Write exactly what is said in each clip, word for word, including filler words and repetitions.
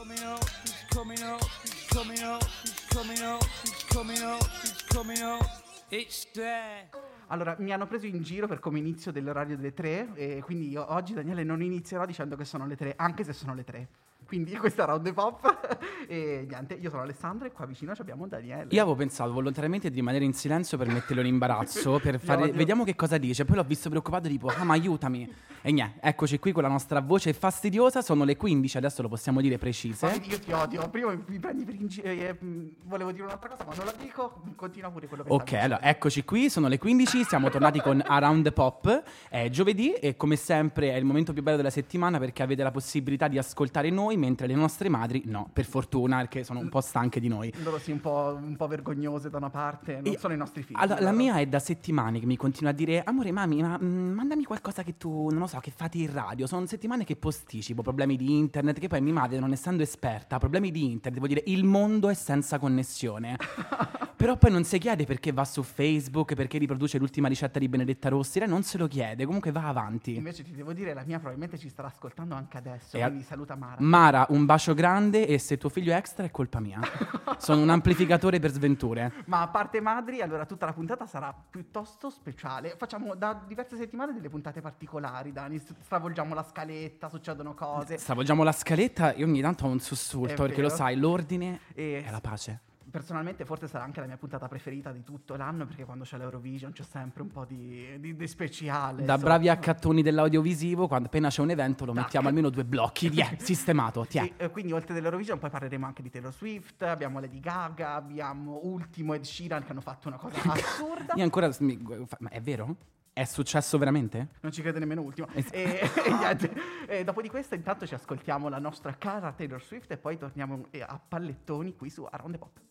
coming up, he's coming up, he's coming up, he's coming up, he's coming up, he's coming up, it's there. Allora, mi hanno preso in giro per come inizio dell'orario delle tre e quindi io oggi, Daniele, non inizierò dicendo che sono le tre, anche se sono le tre. Quindi questa è Round the Pop e niente, io sono Alessandro e qua vicino abbiamo Daniele. Io avevo pensato volontariamente di rimanere in silenzio per metterlo in imbarazzo, per fare, odio. vediamo che cosa dice, poi l'ho visto preoccupato tipo, ah ma aiutami. E niente, eccoci qui con la nostra voce fastidiosa, sono le quindici, adesso lo possiamo dire precise. Ma vedi, io ti odio, prima mi prendi per in giro, eh, volevo dire un'altra cosa ma non la dico, continua pure quello che Ok, stavi allora, dicendo. eccoci qui, sono le quindici, siamo tornati con Around the Pop, è giovedì e come sempre è il momento più bello della settimana perché avete la possibilità di ascoltare noi mentre le nostre madri no, per fortuna, perché sono un po' stanche di noi. Loro sì, un po', un po' vergognose da una parte, non E- sono i nostri figli. Allora, la loro. mia è da settimane che mi continua a dire amore mami ma mm, mandami qualcosa che tu non lo so che fate in radio. Sono settimane che posticipo problemi di internet, che poi mia madre non essendo esperta problemi di internet devo dire il mondo è senza connessione. Però poi non si chiede perché va su Facebook, perché riproduce l'ultima ricetta di Benedetta Rossi, lei non se lo chiede, comunque va avanti. Invece ti devo dire, la mia probabilmente ci starà ascoltando anche adesso, E a- quindi saluta Mara. Mara, un bacio grande e se tuo figlio è extra è colpa mia. Sono un amplificatore per sventure. Ma a parte madri, allora tutta la puntata sarà piuttosto speciale. Facciamo da diverse settimane delle puntate particolari, Dani. S- Stravolgiamo la scaletta, succedono cose. Stravolgiamo la scaletta, io ogni tanto ho un sussulto, È perché lo vero. sai, l'ordine E è la pace. personalmente forse sarà anche la mia puntata preferita di tutto l'anno, perché quando c'è l'Eurovision c'è sempre un po' di, di, di speciale. Da insomma. bravi accattoni dell'audiovisivo, quando appena c'è un evento lo Tac. mettiamo almeno due blocchi, ti è, sistemato, ti è. E, eh, quindi oltre dell'Eurovision poi parleremo anche di Taylor Swift, abbiamo Lady Gaga, abbiamo Ultimo Ed Sheeran che hanno fatto una cosa assurda. Io ancora, mi- ma è vero? È successo veramente? Non ci crede nemmeno Ultimo. Es- E, e niente. E dopo di questo intanto ci ascoltiamo la nostra cara Taylor Swift e poi torniamo eh, a pallettoni qui su Around the Pop.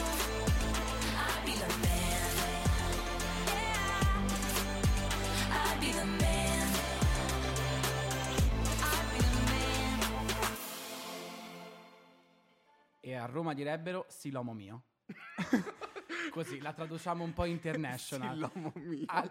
E a Roma direbbero sì l'uomo mio. Così, la traduciamo un po' international. Sì, l'uomo mio. Al-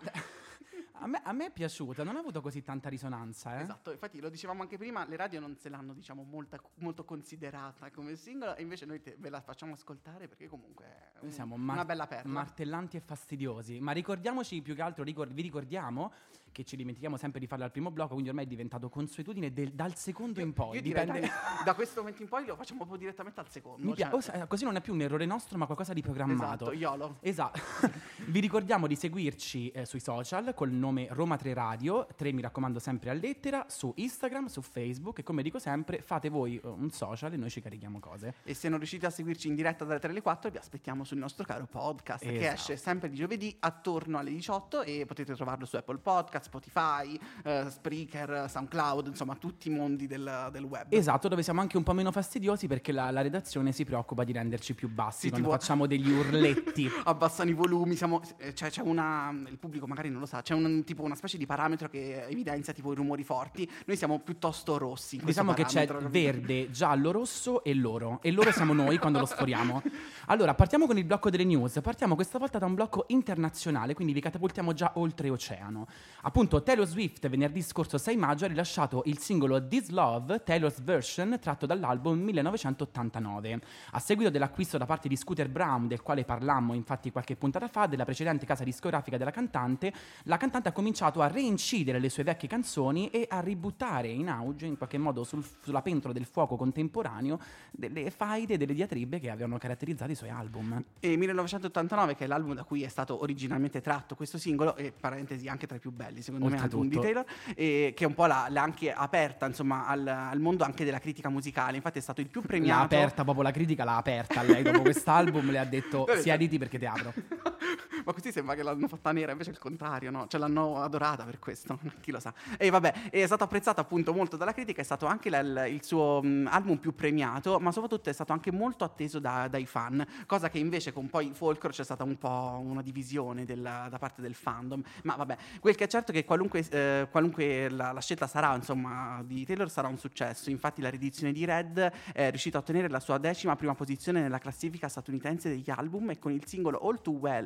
a, me, a me è piaciuta, non ha avuto così tanta risonanza, eh? Esatto, infatti lo dicevamo anche prima, le radio non se l'hanno diciamo molta- molto considerata come singolo e invece noi te- ve la facciamo ascoltare perché comunque è Noi un- siamo una mar- bella perla. martellanti e fastidiosi. Ma ricordiamoci più che altro, ricor- vi ricordiamo che ci dimentichiamo sempre di farlo al primo blocco, quindi ormai è diventato consuetudine del- dal secondo in poi. Io direi, Dipende. dai, da questo momento in poi lo facciamo proprio direttamente al secondo. Mi pia- cioè- o se- così non è più un errore nostro, ma qualcosa di programmato. Esatto, YOLO. Esatto. Vi ricordiamo di seguirci eh, sui social col nome Roma tre Radio, tre mi raccomando sempre a lettera, su Instagram, su Facebook e come dico sempre fate voi eh, un social e noi ci carichiamo cose. E se non riuscite a seguirci in diretta dalle tre alle quattro vi aspettiamo sul nostro caro podcast che Esatto. esce sempre di giovedì attorno alle diciotto e potete trovarlo su Apple Podcast, Spotify, eh, Spreaker, SoundCloud, insomma tutti i mondi del, del web. Esatto, dove siamo anche un po' meno fastidiosi perché la, la redazione si preoccupa di renderci più bassi Sì, quando tipo- facciamo degli urletti. Abbassano i volumi, siamo, eh, cioè c'è una, il pubblico magari non lo sa, c'è un, tipo una specie di parametro che evidenzia tipo i rumori forti, noi siamo piuttosto rossi in questo Diciamo che c'è parametro, capito? verde, giallo, rosso e loro. E loro siamo noi quando lo sforiamo. Allora, partiamo con il blocco delle news. Partiamo questa volta da un blocco internazionale, quindi vi catapultiamo già oltreoceano. Appunto, Taylor Swift venerdì scorso sei maggio ha rilasciato il singolo This Love, Taylor's Version, tratto dall'album millenovecentottantanove. A seguito dell'acquisto da parte di Scooter Braun, del quale parlammo infatti qualche puntata fa, della precedente casa discografica della cantante, la cantante ha cominciato a reincidere le sue vecchie canzoni e a ributtare in auge, in qualche modo sul- sulla pentola del fuoco contemporaneo, delle faide e delle diatribe che avevano caratterizzato i suoi album. E millenovecentottantanove, che è l'album da cui è stato originalmente tratto questo singolo, e parentesi anche tra i più belli secondo me album di Oltretutto. Taylor, e che un po' l'ha, l'ha anche aperta insomma al, al mondo anche della critica musicale, infatti è stato il più L'ha premiato. aperta, proprio la critica l'ha aperta lei dopo quest'album, le ha detto Vabbè, siediti perché ti apro. Ma così sembra che l'hanno fatta nera, invece è il contrario, no? Cioè l'hanno adorata per questo, chi lo sa. E vabbè, è stato apprezzato appunto molto dalla critica, è stato anche la- il, il suo mh, album più premiato, ma soprattutto è stato anche molto atteso da- dai fan, cosa che invece con poi Folklore c'è stata un po' una divisione della- da parte del fandom. Ma vabbè, quel che è certo è che qualunque, eh, qualunque la, la scelta sarà, insomma, di Taylor sarà un successo. Infatti la riedizione di Red è riuscita a ottenere la sua decima prima posizione nella classifica statunitense degli album e con il singolo All Too Well,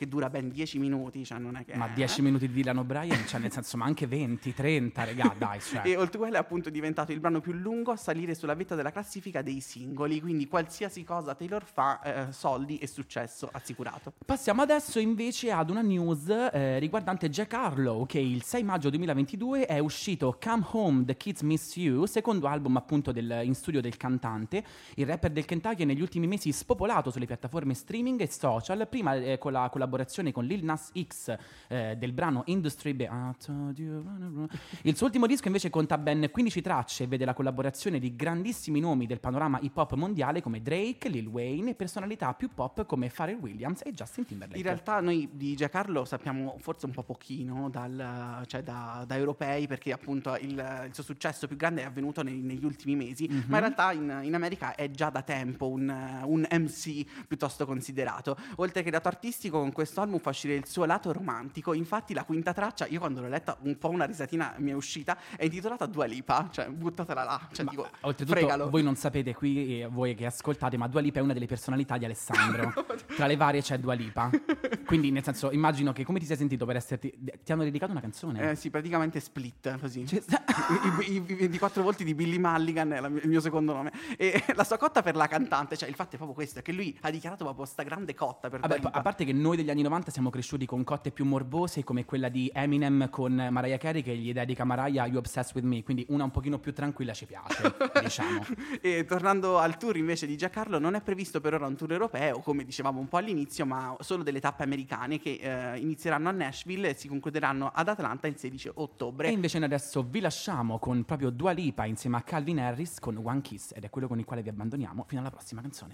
che dura ben dieci minuti, cioè non è che... Ma dieci minuti di Dylan O'Brien, cioè nel senso, ma anche venti, trenta, regà, dai, cioè. E All Too Well è appunto diventato il brano più lungo a salire sulla vetta della classifica dei singoli, quindi qualsiasi cosa Taylor fa, eh, soldi e successo assicurato. Passiamo adesso invece ad una news eh, riguardante Jack Harlow, che il sei maggio duemilaventidue è uscito Come Home, The Kids Miss You, secondo album appunto del, in studio del cantante. Il rapper del Kentucky è negli ultimi mesi spopolato sulle piattaforme streaming e social, prima eh, con la collaborazione con Lil Nas X eh, del brano Industry Be- I told you. Il suo ultimo disco invece conta ben quindici tracce e vede la collaborazione di grandissimi nomi del panorama hip hop mondiale come Drake, Lil Wayne e personalità più pop come Pharrell Williams e Justin Timberlake. In realtà noi di Jack Harlow sappiamo forse un po' pochino dal, cioè da, da europei, perché appunto il, il suo successo più grande è avvenuto nei, negli ultimi mesi, mm-hmm. ma in realtà in, in America è già da tempo un, un M C piuttosto considerato. Oltre che dato artistico, con questo album fa uscire il suo lato romantico. Infatti la quinta traccia, io quando l'ho letta un po' una risatina mi è uscita, è intitolata Dua Lipa, cioè buttatela là, cioè ma, dico, oltretutto fregalo. Voi non sapete qui, eh, voi che ascoltate, ma Dua Lipa è una delle personalità di Alessandro. Tra le varie c'è Dua Lipa. Quindi nel senso, immagino che come ti sei sentito per esserti... Ti hanno dedicato una canzone? Eh sì, praticamente Split, così. Cioè, I, i, i ventiquattro volti di Billy Mulligan è la, il mio secondo nome. E la sua cotta per la cantante, cioè il fatto è proprio questo, è che lui ha dichiarato proprio sta grande cotta per Vabbè, Dua Lipa. a parte che noi degli anni novanta siamo cresciuti con cotte più morbose come quella di Eminem con Mariah Carey, che gli dedica Mariah You Obsessed With Me, quindi una un pochino più tranquilla ci piace, diciamo. E tornando al tour invece di Jack Harlow, non è previsto per ora un tour europeo, come dicevamo un po' all'inizio, ma solo delle tappe americane che eh, inizieranno a Nashville e si concluderanno ad Atlanta il sedici ottobre. E invece noi adesso vi lasciamo con proprio Dua Lipa insieme a Calvin Harris con One Kiss, ed è quello con il quale vi abbandoniamo fino alla prossima canzone.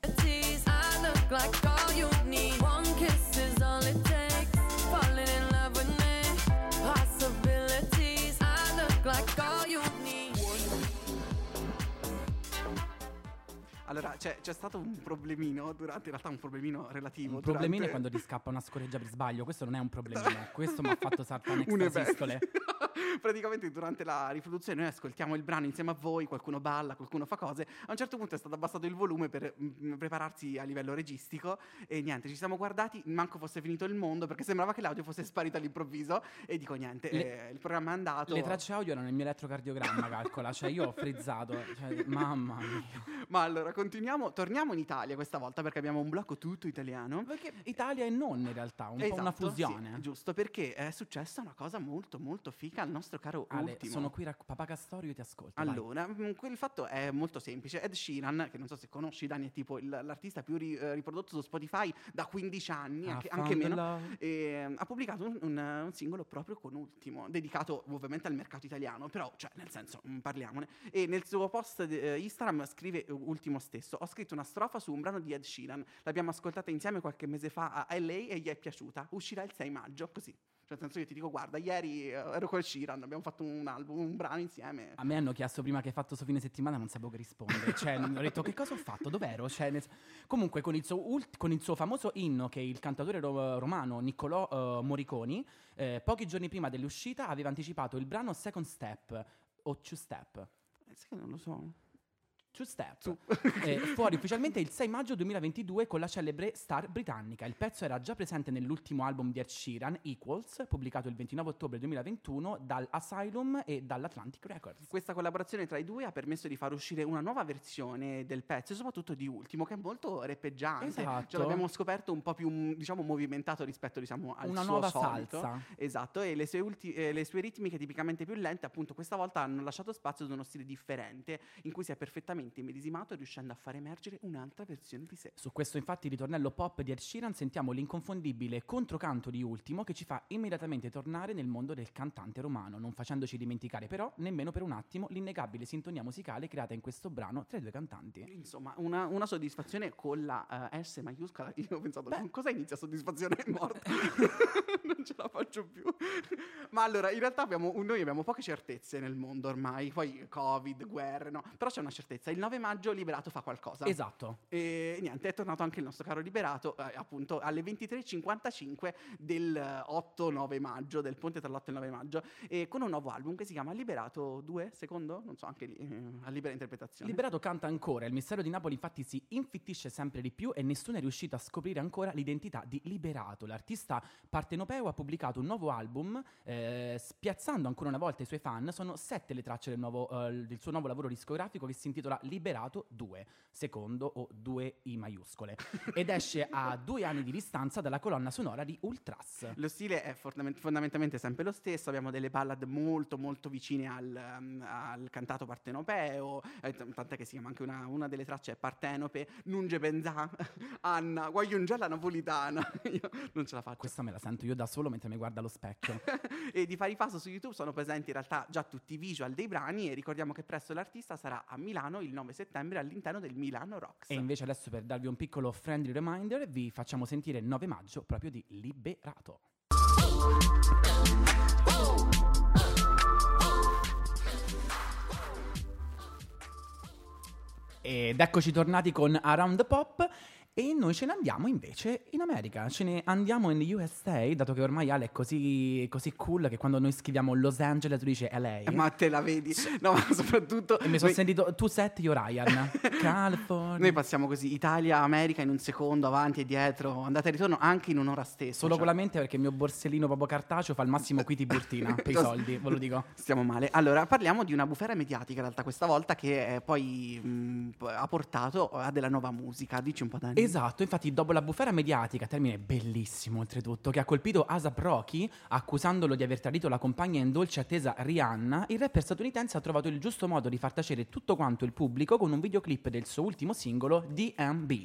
Allora, c'è, c'è stato un problemino durante, in realtà un problemino relativo. Un problemino durante... è quando ti scappa una scoreggia per sbaglio, questo non è un problemino, questo mi ha fatto saltare un un'extasistole. Praticamente durante la riproduzione noi ascoltiamo il brano insieme a voi, qualcuno balla, qualcuno fa cose. A un certo punto è stato abbassato il volume per mh, prepararsi a livello registico e niente, ci siamo guardati, manco fosse finito il mondo perché sembrava che l'audio fosse sparito all'improvviso e dico niente, le, eh, il programma è andato. Le tracce audio erano nel mio elettrocardiogramma, calcola, cioè io ho frizzato, cioè, mamma mia. Ma allora continuiamo, torniamo in Italia questa volta perché abbiamo un blocco tutto italiano. Perché Italia e non in realtà, un esatto, po' una fusione. Sì, giusto, perché è successa una cosa molto molto fica al nostro caro Ale, ultimo. sono qui, rac- Papà Castorio, io ti ascolto. Allora, mh, quel fatto è molto semplice. Ed Sheeran, che non so se conosci, Dani, è tipo il, l'artista più ri, eh, riprodotto su Spotify da quindici anni, anche, anche meno, e, ha pubblicato un, un, un singolo proprio con Ultimo, dedicato ovviamente al mercato italiano, però, cioè, nel senso, mh, parliamone. E nel suo post di, eh, Instagram scrive uh, Ultimo stesso: ho scritto una strofa su un brano di Ed Sheeran, l'abbiamo ascoltata insieme qualche mese fa a L A e gli è piaciuta, uscirà il sei maggio, così. Cioè, nel senso, io ti dico, guarda, ieri uh, ero col Sheeran, abbiamo fatto un album, un brano insieme. A me hanno chiesto prima che hai fatto sto fine settimana, non sapevo che rispondere. Cioè, ho detto che cosa ho fatto, dov'ero? Cioè, nel... Comunque, con il, suo ult- con il suo famoso inno, che il cantautore ro- romano Niccolò uh, Morriconi, eh, pochi giorni prima dell'uscita aveva anticipato il brano Second Step o Two Step. Eh, sai che non lo so. Two Step, eh, fuori ufficialmente il sei maggio duemilaventidue con la celebre star britannica. Il pezzo era già presente nell'ultimo album di Ed Sheeran, Equals, pubblicato il ventinove ottobre duemilaventuno dall'Asylum e dall'Atlantic Records. Questa collaborazione tra i due ha permesso di far uscire una nuova versione del pezzo e soprattutto di Ultimo, che è molto reppeggiante. Esatto. Cioè, l'abbiamo scoperto un po' più, diciamo, movimentato rispetto, diciamo, al una suo nuova solito. salsa. Esatto, e le sue, ulti- eh, le sue ritmiche tipicamente più lente, appunto, questa volta hanno lasciato spazio ad uno stile differente in cui si è perfettamente immedesimato, riuscendo a far emergere un'altra versione di sé. Su questo infatti ritornello pop di Ed Sheeran sentiamo l'inconfondibile controcanto di Ultimo, che ci fa immediatamente tornare nel mondo del cantante romano, non facendoci dimenticare però nemmeno per un attimo l'innegabile sintonia musicale creata in questo brano tra i due cantanti. Insomma, una, una soddisfazione con la uh, S maiuscola. Io ho pensato, Beh. con cosa inizia soddisfazione? È morta. Non ce la faccio più. Ma allora, in realtà abbiamo, noi abbiamo poche certezze nel mondo ormai, poi Covid, guerre, no? Però c'è una certezza. Il nove maggio Liberato fa qualcosa. Esatto. E niente, è tornato anche il nostro caro Liberato, eh, appunto alle ventitré e cinquantacinque del otto nove maggio, del ponte tra l'otto e il nove maggio, e con un nuovo album che si chiama Liberato due, secondo? Non so, anche lì, eh, a libera interpretazione. Liberato canta ancora, il mistero di Napoli infatti si infittisce sempre di più e nessuno è riuscito a scoprire ancora l'identità di Liberato. L'artista partenopeo ha pubblicato un nuovo album, eh, spiazzando ancora una volta i suoi fan. Sono sette le tracce del, nuovo, eh, del suo nuovo lavoro discografico che si intitola Liberato due, secondo o due I maiuscole, ed esce a due anni di distanza dalla colonna sonora di Ultras. Lo stile è fondament- fondamentalmente sempre lo stesso, abbiamo delle ballad molto molto vicine al, um, al cantato partenopeo, eh, t- tant'è che si chiama anche una, una delle tracce è Partenope, Nunge Benzà, Anna, voglio un gialla napolitana, io non ce la faccio. Questa me la sento io da solo mentre mi guarda allo specchio. E di pari passo su YouTube sono presenti in realtà già tutti i visual dei brani e ricordiamo che presto l'artista sarà a Milano il nove settembre all'interno del Milano Rocks. E invece adesso, per darvi un piccolo friendly reminder, vi facciamo sentire il nove maggio proprio di Liberato. Ed eccoci tornati con Around the Pop. E noi ce ne andiamo invece in America, ce ne andiamo in U S A, dato che ormai Ale è così, così cool che quando noi scriviamo Los Angeles tu dici L A. Eh, ma te la vedi? No, ma soprattutto... E mi sono noi... sentito, tu set, io Ryan, California. Noi passiamo così, Italia, America in un secondo, avanti e dietro, andata e ritorno anche in un'ora stessa. Solo cioè... con la mente, perché il mio borsellino proprio cartaceo fa al massimo qui Tiburtina per i soldi, ve lo dico. Stiamo male. Allora, parliamo di una bufera mediatica in realtà questa volta che eh, poi mh, ha portato a della nuova musica. Dici un po', Dani. Esatto, infatti dopo la bufera mediatica, termine bellissimo oltretutto, che ha colpito A$ap Rocky accusandolo di aver tradito la compagna in dolce attesa Rihanna, il rapper statunitense ha trovato il giusto modo di far tacere tutto quanto il pubblico con un videoclip del suo ultimo singolo D M B.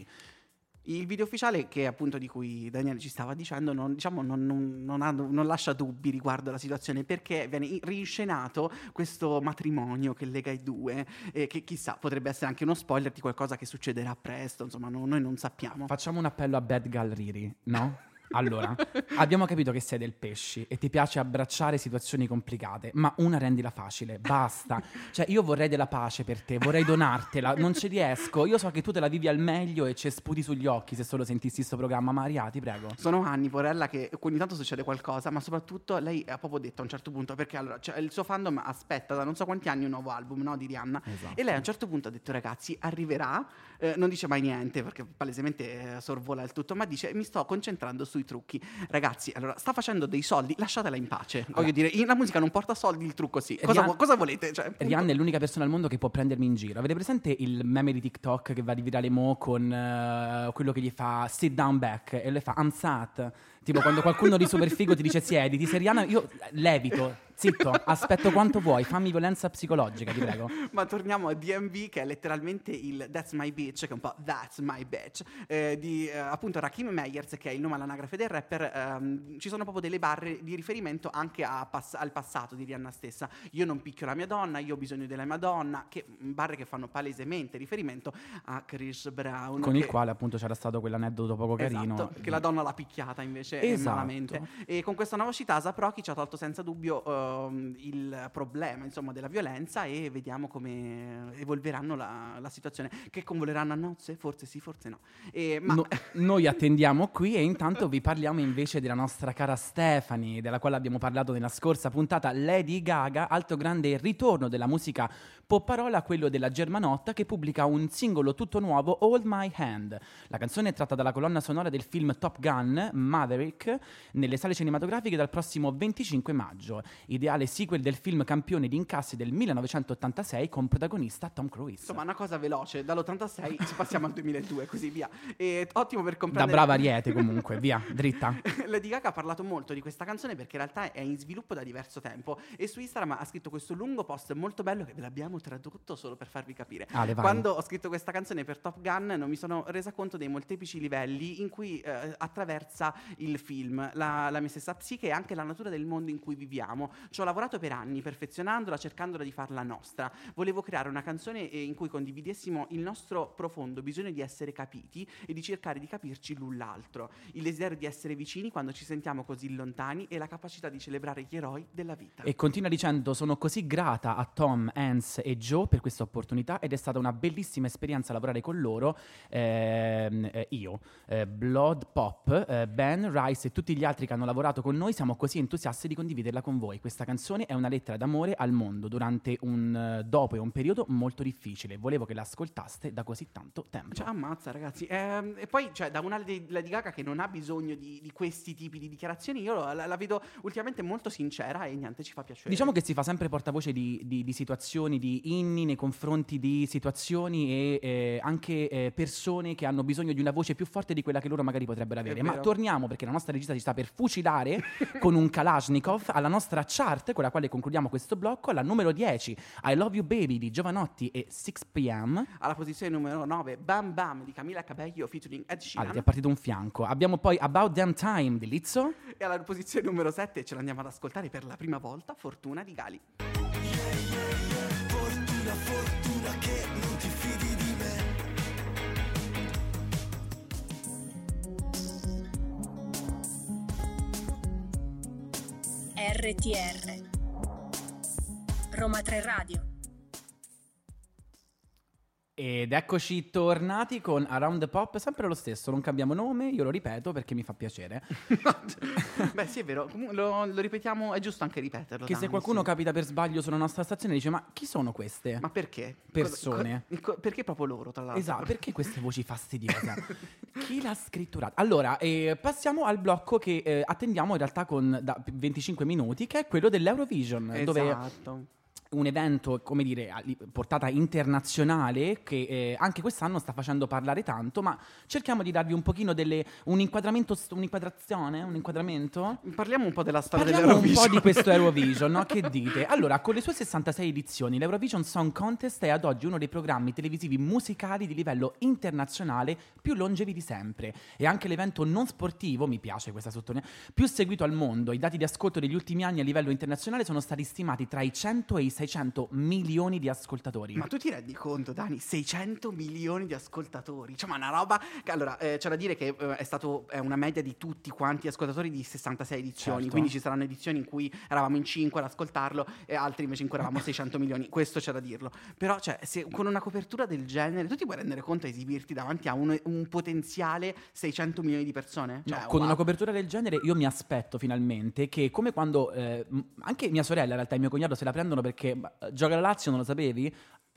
Il video ufficiale, che appunto di cui Daniele ci stava dicendo, non, diciamo, non, non, non, ha, non lascia dubbi riguardo alla situazione, perché viene rinscenato questo matrimonio che lega i due, e che chissà potrebbe essere anche uno spoiler di qualcosa che succederà presto, insomma no, noi non sappiamo. Facciamo un appello a Bad Gal Riri, no? Allora, abbiamo capito che sei del pesci e ti piace abbracciare situazioni complicate, ma una rendila facile, basta. Cioè, io vorrei della pace per te, vorrei donartela, non ci riesco. Io so che tu te la vivi al meglio e ci sputi sugli occhi se solo sentissi sto programma. Maria, ti prego. Sono anni, porella, che ogni tanto succede qualcosa, ma soprattutto lei ha proprio detto a un certo punto, perché allora cioè, il suo fandom aspetta da non so quanti anni un nuovo album, no, di Rihanna. Esatto. E lei a un certo punto ha detto, ragazzi, arriverà, eh, non dice mai niente perché palesemente eh, sorvola il tutto, ma dice, mi sto concentrando sui trucchi. Ragazzi, allora, sta facendo dei soldi, lasciatela in pace. Allora, voglio dire, la musica non porta soldi, il trucco sì. Cosa, Rihanna, cosa volete? Cioè, Rihanna è l'unica persona al mondo che può prendermi in giro. Avete presente il meme di TikTok che va di virale mo con uh, quello che gli fa sit down back e le fa I'm sat? Tipo quando qualcuno di super figo ti dice siediti, se Rihanna, io levito, zitto, aspetto quanto vuoi, fammi violenza psicologica, ti prego. Ma torniamo a D M B, che è letteralmente il That's My Bitch, che è un po' That's My Bitch, eh, di eh, appunto Rakim Meyers, che è il nome all'anagrafe del rapper. Ehm, ci sono proprio delle barre di riferimento anche a pass- al passato di Rihanna stessa. Io non picchio la mia donna, io ho bisogno della mia donna, che barre che fanno palesemente riferimento a Chris Brown. Con che... il quale appunto c'era stato quell'aneddoto poco carino. Esatto, che la donna l'ha picchiata invece Esatto. malamente. E con questa nuova uscita A$ap Rocky ci ha tolto senza dubbio uh, il problema, insomma, della violenza, e vediamo come evolveranno la, la situazione. Che convoleranno a nozze? Forse sì, forse no. E, ma... no noi attendiamo qui e intanto vi parliamo invece della nostra cara Stephanie, della quale abbiamo parlato nella scorsa puntata. Lady Gaga, altro grande ritorno della musica popparola, quello della germanotta, che pubblica un singolo tutto nuovo, Hold My Hand. La canzone è tratta dalla colonna sonora del film Top Gun Maverick, nelle sale cinematografiche dal prossimo venticinque maggio. Ideale sequel del film campione di incassi del millenovecentottantasei con protagonista Tom Cruise. Insomma, una cosa veloce, dall'ottantasei ci passiamo al duemiladue, così via. E ottimo per Da comprendere... brava Ariete comunque, via, dritta. Lady Gaga ha parlato molto di questa canzone perché in realtà è in sviluppo da diverso tempo, e su Instagram ha scritto questo lungo post molto bello che ve l'abbiamo tradotto solo per farvi capire. Ale, vai. Quando ho scritto questa canzone per Top Gun non mi sono resa conto dei molteplici livelli in cui eh, attraversa il film, la, la mia stessa psiche e anche la natura del mondo in cui viviamo. Ci ho lavorato per anni perfezionandola, cercandola di farla nostra. Volevo creare una canzone eh, in cui condividessimo il nostro profondo bisogno di essere capiti e di cercare di capirci l'un l'altro, il desiderio di essere vicini quando ci sentiamo così lontani e la capacità di celebrare gli eroi della vita. E continua dicendo: sono così grata a Tom Hanks e Joe per questa opportunità ed è stata una bellissima esperienza lavorare con loro. Ehm, eh, io, eh, Blood Pop, eh, Ben, Rice e tutti gli altri che hanno lavorato con noi siamo così entusiasti di condividerla con voi. Questa canzone è una lettera d'amore al mondo durante un uh, dopo e un periodo molto difficile. Volevo che l'ascoltaste da così tanto tempo. Cioè, ammazza, ragazzi. Ehm, e poi, cioè, da una Lady Lady Gaga che non ha bisogno di, di questi tipi di dichiarazioni, io la, la vedo ultimamente molto sincera e niente, ci fa piacere. Diciamo che si fa sempre portavoce di, di, di situazioni, di inni nei confronti di situazioni e eh, anche eh, persone che hanno bisogno di una voce più forte di quella che loro magari potrebbero avere. Ma torniamo, perché la nostra regista ci sta per fucilare con un Kalashnikov, alla nostra chart con la quale concludiamo questo blocco, alla numero dieci I Love You Baby di Giovanotti e sei p m. Alla posizione numero nove Bam Bam di Camila Cabello featuring Ed Sheeran. Allora, ti è partito un fianco. Abbiamo poi About Damn Time di Lizzo. E alla posizione numero sette ce l'andiamo ad ascoltare per la prima volta, Fortuna di Gali. Fortuna, fortuna che non ti fidi di me. R T R Roma tre Radio. Ed eccoci tornati con Around the Pop, sempre lo stesso, non cambiamo nome, io lo ripeto perché mi fa piacere. Beh sì, è vero, comunque lo, lo ripetiamo, è giusto anche ripeterlo. Che Dani, se qualcuno sì. capita per sbaglio sulla nostra stazione dice ma chi sono queste? Ma perché? Persone. Co- co- perché proprio loro, tra l'altro? Esatto, perché queste voci fastidiose? Chi l'ha scritturato? Allora, eh, passiamo al blocco che eh, attendiamo in realtà con da venticinque minuti, che è quello dell'Eurovision, dove Esatto. un evento, come dire, a li- portata internazionale che eh, anche quest'anno sta facendo parlare tanto, ma cerchiamo di darvi un pochino delle un inquadramento, st- un'inquadrazione, un inquadramento. Parliamo un po' della storia Parliamo un dell'Eurovision. po' di questo Eurovision, no? Che dite? Allora, con le sue sessantasei edizioni, l'Eurovision Song Contest è ad oggi uno dei programmi televisivi musicali di livello internazionale più longevi di sempre. E anche l'evento non sportivo, mi piace questa sottolineatura, più seguito al mondo. I dati di ascolto degli ultimi anni a livello internazionale sono stati stimati tra i cento e i seicento milioni di ascoltatori. Ma tu ti rendi conto, Dani? seicento milioni di ascoltatori. Cioè, ma una roba che, allora, eh, c'è da dire che eh, è stato è una media di tutti quanti ascoltatori di sessantasei edizioni. Certo. Quindi ci saranno edizioni in cui eravamo in cinque ad ascoltarlo e altri invece in cui eravamo seicento milioni. Questo c'è da dirlo. Però, cioè, se con una copertura del genere tu ti puoi rendere conto a esibirti davanti a un, un potenziale seicento milioni di persone? Cioè, No, con wow. una copertura del genere io mi aspetto finalmente che, come quando eh, m- anche mia sorella in realtà e mio cognato se la prendono perché eh, gioca la Lazio, non lo sapevi?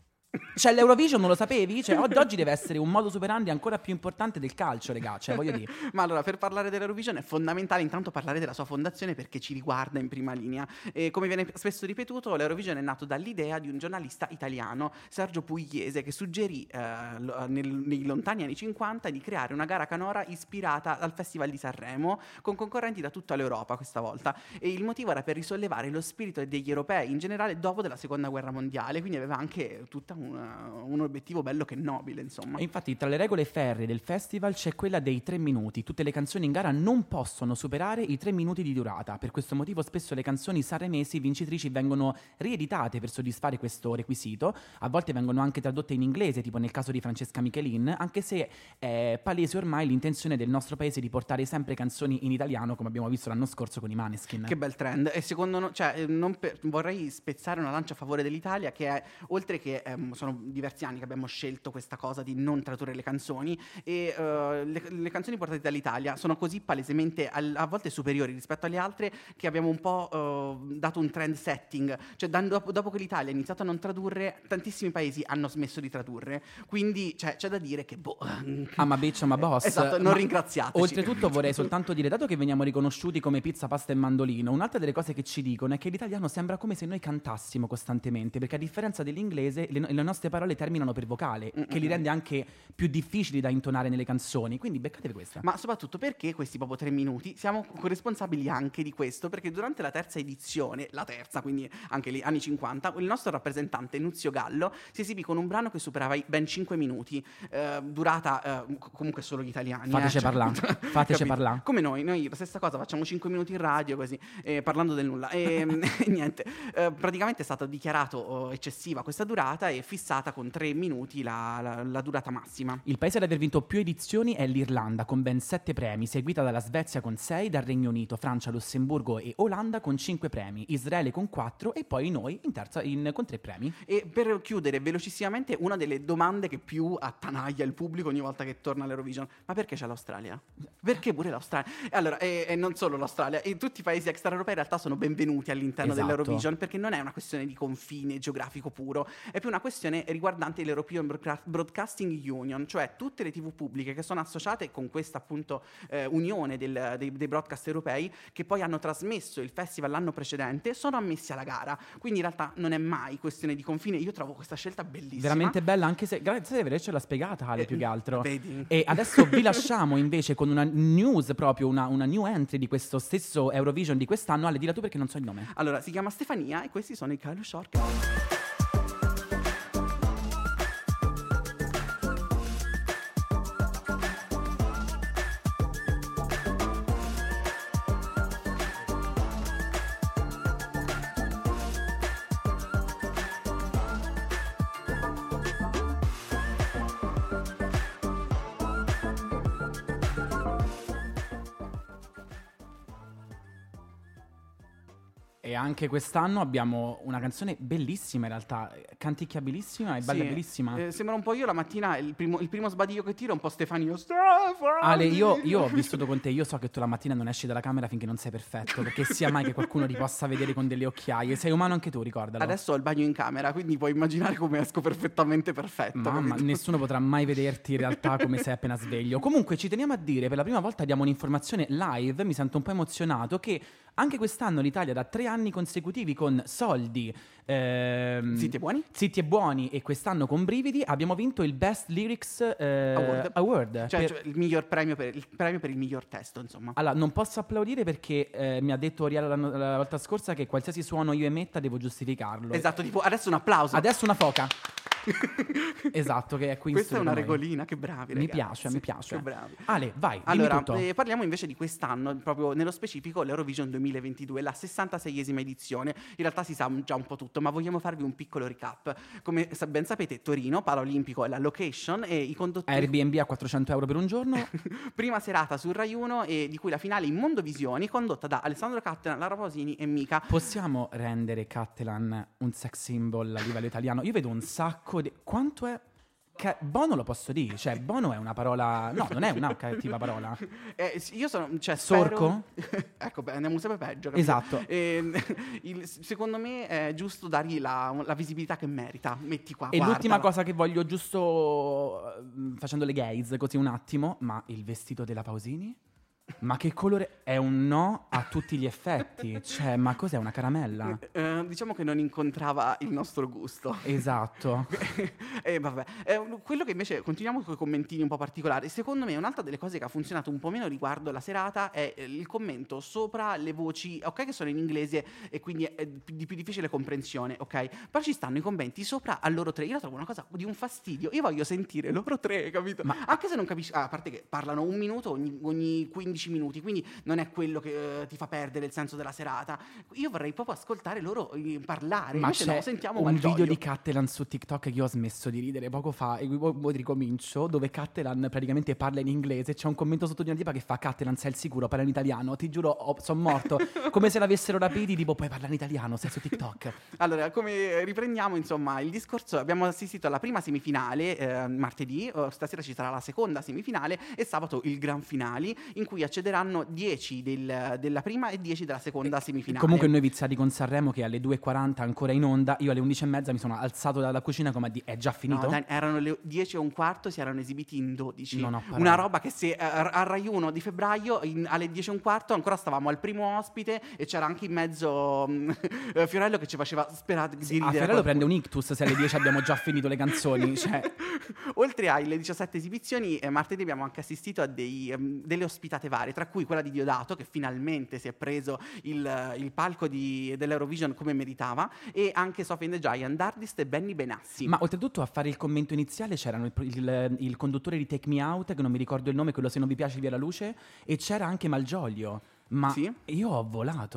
Cioè l'Eurovision non lo sapevi? Cioè od- oggi deve essere un modo superandi ancora più importante del calcio, regà, cioè voglio dire. Ma allora, per parlare dell'Eurovision è fondamentale intanto parlare della sua fondazione perché ci riguarda in prima linea. E come viene spesso ripetuto, l'Eurovision è nato dall'idea di un giornalista italiano, Sergio Pugliese, che suggerì eh, lo- nel- nei lontani anni cinquanta di creare una gara canora ispirata al Festival di Sanremo con concorrenti da tutta l'Europa questa volta. E il motivo era per risollevare lo spirito degli europei in generale dopo della Seconda Guerra Mondiale, quindi aveva anche tutta una- un obiettivo bello che nobile, insomma. E infatti tra le regole ferree del festival c'è quella dei tre minuti. Tutte le canzoni in gara non possono superare i tre minuti di durata. Per questo motivo spesso le canzoni sanremesi vincitrici vengono rieditate per soddisfare questo requisito. A volte vengono anche tradotte in inglese, tipo nel caso di Francesca Michelin, anche se è palese ormai l'intenzione del nostro paese di portare sempre canzoni in italiano, come abbiamo visto l'anno scorso con i Maneskin. Che bel trend. E secondo no, cioè, eh, non per- vorrei spezzare una lancia a favore dell'Italia, che è, oltre che ehm, sono diversi anni che abbiamo scelto questa cosa di non tradurre le canzoni, e eh, le, le canzoni portate dall'Italia sono così palesemente al- a volte superiori rispetto alle altre che abbiamo un po' eh, dato un trend setting. Cioè, dan- dopo, dopo che l'Italia ha iniziato a non tradurre, tantissimi paesi hanno smesso di tradurre. Quindi cioè, c'è da dire che boh. Ah, ma bitch, ma boss. Esatto, non Ma ringraziateci. Oltretutto vorrei soltanto dire, dato che veniamo riconosciuti come pizza, pasta e mandolino, un'altra delle cose che ci dicono è che l'italiano sembra come se noi cantassimo costantemente, perché a differenza dell'inglese le, le nostre parole terminano per vocale, che li rende anche più difficili da intonare nelle canzoni, quindi beccatevi questa. Ma soprattutto perché questi proprio tre minuti siamo corresponsabili anche di questo, perché durante la terza edizione, la terza, quindi anche lì anni cinquanta, il nostro rappresentante Nunzio Gallo si esibì con un brano che superava i ben cinque minuti, eh, durata eh, comunque solo gli italiani. Fateci eh, cioè, parlare, fateci capito? parlare. Come noi, noi la stessa cosa, facciamo cinque minuti in radio così, eh, parlando del nulla. E niente, eh, praticamente è stata dichiarato oh, eccessiva questa durata e fissata con tre minuti la, la, la durata massima. Il paese ad aver vinto più edizioni è l'Irlanda con ben sette premi, seguita dalla Svezia con sei, dal Regno Unito, Francia, Lussemburgo e Olanda con cinque premi, Israele con quattro e poi noi in terza in, con tre premi. E per chiudere velocissimamente, una delle domande che più attanaglia il pubblico ogni volta che torna all'Eurovision: ma perché c'è l'Australia? Perché pure l'Australia? E allora, e, e non solo l'Australia, e tutti i paesi extraeuropei in realtà sono benvenuti all'interno Esatto. dell'Eurovision, perché non è una questione di confine geografico puro, è più una questione riguardante l'European Broadca- Broadcasting Union, cioè tutte le tivù pubbliche che sono associate con questa appunto eh, unione del, dei, dei broadcast europei, che poi hanno trasmesso il festival l'anno precedente, sono ammessi alla gara. Quindi in realtà non è mai questione di confine. Io trovo questa scelta bellissima, Veramente bella, anche se grazie di avercela spiegata, Ale, Eh, più che altro. vedi? E adesso vi lasciamo invece con una news, proprio una, una new entry di questo stesso Eurovision di quest'anno. Ale, dilla tu perché non so il nome. Allora, si chiama Stefania e questi sono i Kylo Shortcut. E anche quest'anno abbiamo una canzone bellissima in realtà, canticchiabilissima e Sì, ballabilissima. eh, sembra un po' io la mattina, il primo, il primo sbadiglio che tiro è un po' Stefania. Stefania! Ale, io, io ho vissuto con te, io so che tu la mattina non esci dalla camera finché non sei perfetto, perché sia mai che qualcuno ti possa vedere con delle occhiaie. Sei umano anche tu, ricordalo. Adesso ho il bagno in camera, quindi puoi immaginare come esco perfettamente perfetto. Mamma, capito? nessuno potrà mai vederti in realtà come sei appena sveglio. Comunque ci teniamo a dire, per la prima volta diamo un'informazione live, mi sento un po' emozionato, che anche quest'anno l'Italia da tre anni consecutivi con Soldi, ehm, Zitti e buoni? Zitti e buoni e quest'anno con Brividi abbiamo vinto il Best Lyrics eh, Award. Award. Cioè, Per- cioè, il miglior premio per il premio per il miglior testo, insomma. Allora, non posso applaudire perché eh, mi ha detto Oriana la, la volta scorsa che qualsiasi suono io emetta devo giustificarlo. Esatto, tipo adesso un applauso. Adesso una foca. Esatto, che è qui in Questa è studio una con noi. regolina, che bravi Mi ragazzi. piace, mi piace. Che bravi. Ale, vai, dimmi Allora, tutto. eh, parliamo invece di quest'anno, proprio nello specifico l'Eurovision duemilaventidue, la sessantaseiesima edizione. In realtà si sa già un po' tutto, ma vogliamo farvi un piccolo recap. Come sa- ben sapete, Torino, Paralimpico è la location e i conduttori... Airbnb a quattrocento euro per un giorno. Prima serata su Rai uno e di cui la finale in Mondovisioni, condotta da Alessandro Cattelan, Lara Pausini e Mica. Possiamo rendere Cattelan un sex symbol a livello italiano? Io vedo un sacco di... Quanto è... Ca- Bono lo posso dire? Cioè, Bono è una parola... No, non è una cattiva parola. Eh, sì, io sono... Cioè, Sorco? spero- ecco, beh, andiamo sempre peggio. capito? Esatto. Eh, il- secondo me è giusto dargli la, la visibilità che merita. Metti qua, E l'ultima guardala. cosa che voglio, giusto eh, facendo le gaze così un attimo, ma il vestito della Pausini? Ma che colore? È un no a tutti gli effetti. Cioè, ma cos'è, una caramella? Eh, diciamo che non incontrava il nostro gusto. Esatto. E vabbè, Eh, quello che invece continuiamo con i commentini un po' particolari. Secondo me, un'altra delle cose che ha funzionato un po' meno riguardo la serata è eh, il commento sopra le voci, ok, che sono in inglese e quindi è di più difficile comprensione, ok? Però ci stanno i commenti sopra a loro tre. Io la trovo una cosa di un fastidio. Io voglio sentire loro tre, capito? Ma- Anche se non capisco, ah, a parte che parlano un minuto ogni, ogni quindici minuti, quindi non è quello che eh, ti fa perdere il senso della serata. Io vorrei proprio ascoltare loro eh, parlare. Ma Invece c'è no, sentiamo un Malgioglio. video di Cattelan su TikTok che io ho smesso di ridere poco fa e poi poi ricomincio, dove Cattelan praticamente parla in inglese. C'è un commento sotto di una tipa che fa: Cattelan, sei il sicuro, parla in italiano. Ti giuro, sono morto. Come se l'avessero rapiti, tipo puoi parlare in italiano, sei su TikTok. Allora, come riprendiamo insomma il discorso, abbiamo assistito alla prima semifinale eh, martedì, eh, stasera ci sarà la seconda semifinale e sabato il gran finale in cui accederanno dieci del- della prima e dieci della seconda semifinale. Comunque noi viziati con Sanremo che alle due e quaranta ancora in onda, io alle undici e mezza mi sono alzato dalla cucina come a dire: è già finito? No, dai, erano le dieci e un quarto, si erano esibiti in dodici. Non ho parole. Una roba che se eh, a Rai uno di febbraio in- alle dieci e un quarto ancora stavamo al primo ospite e c'era anche in mezzo mm, eh, Fiorello che ci faceva sperare di Ah, ridere. Fiorello qualcuno. prende un ictus se alle dieci abbiamo già finito le canzoni. Cioè, Oltre alle diciassette esibizioni, eh, martedì abbiamo anche assistito a dei, ehm, delle ospitate varie, tra cui quella di Diodato, che finalmente si è preso il, il palco di- dell'Eurovision come meritava, e anche Sophie and the Giant, Dardist e Benny Benassi. ma oltretutto a fare il commento iniziale c'erano il, il- il conduttore di Take Me Out, che non mi ricordo il nome, quello Se non vi piace via la luce, e c'era anche Malgioglio. Ma Sì? io ho volato.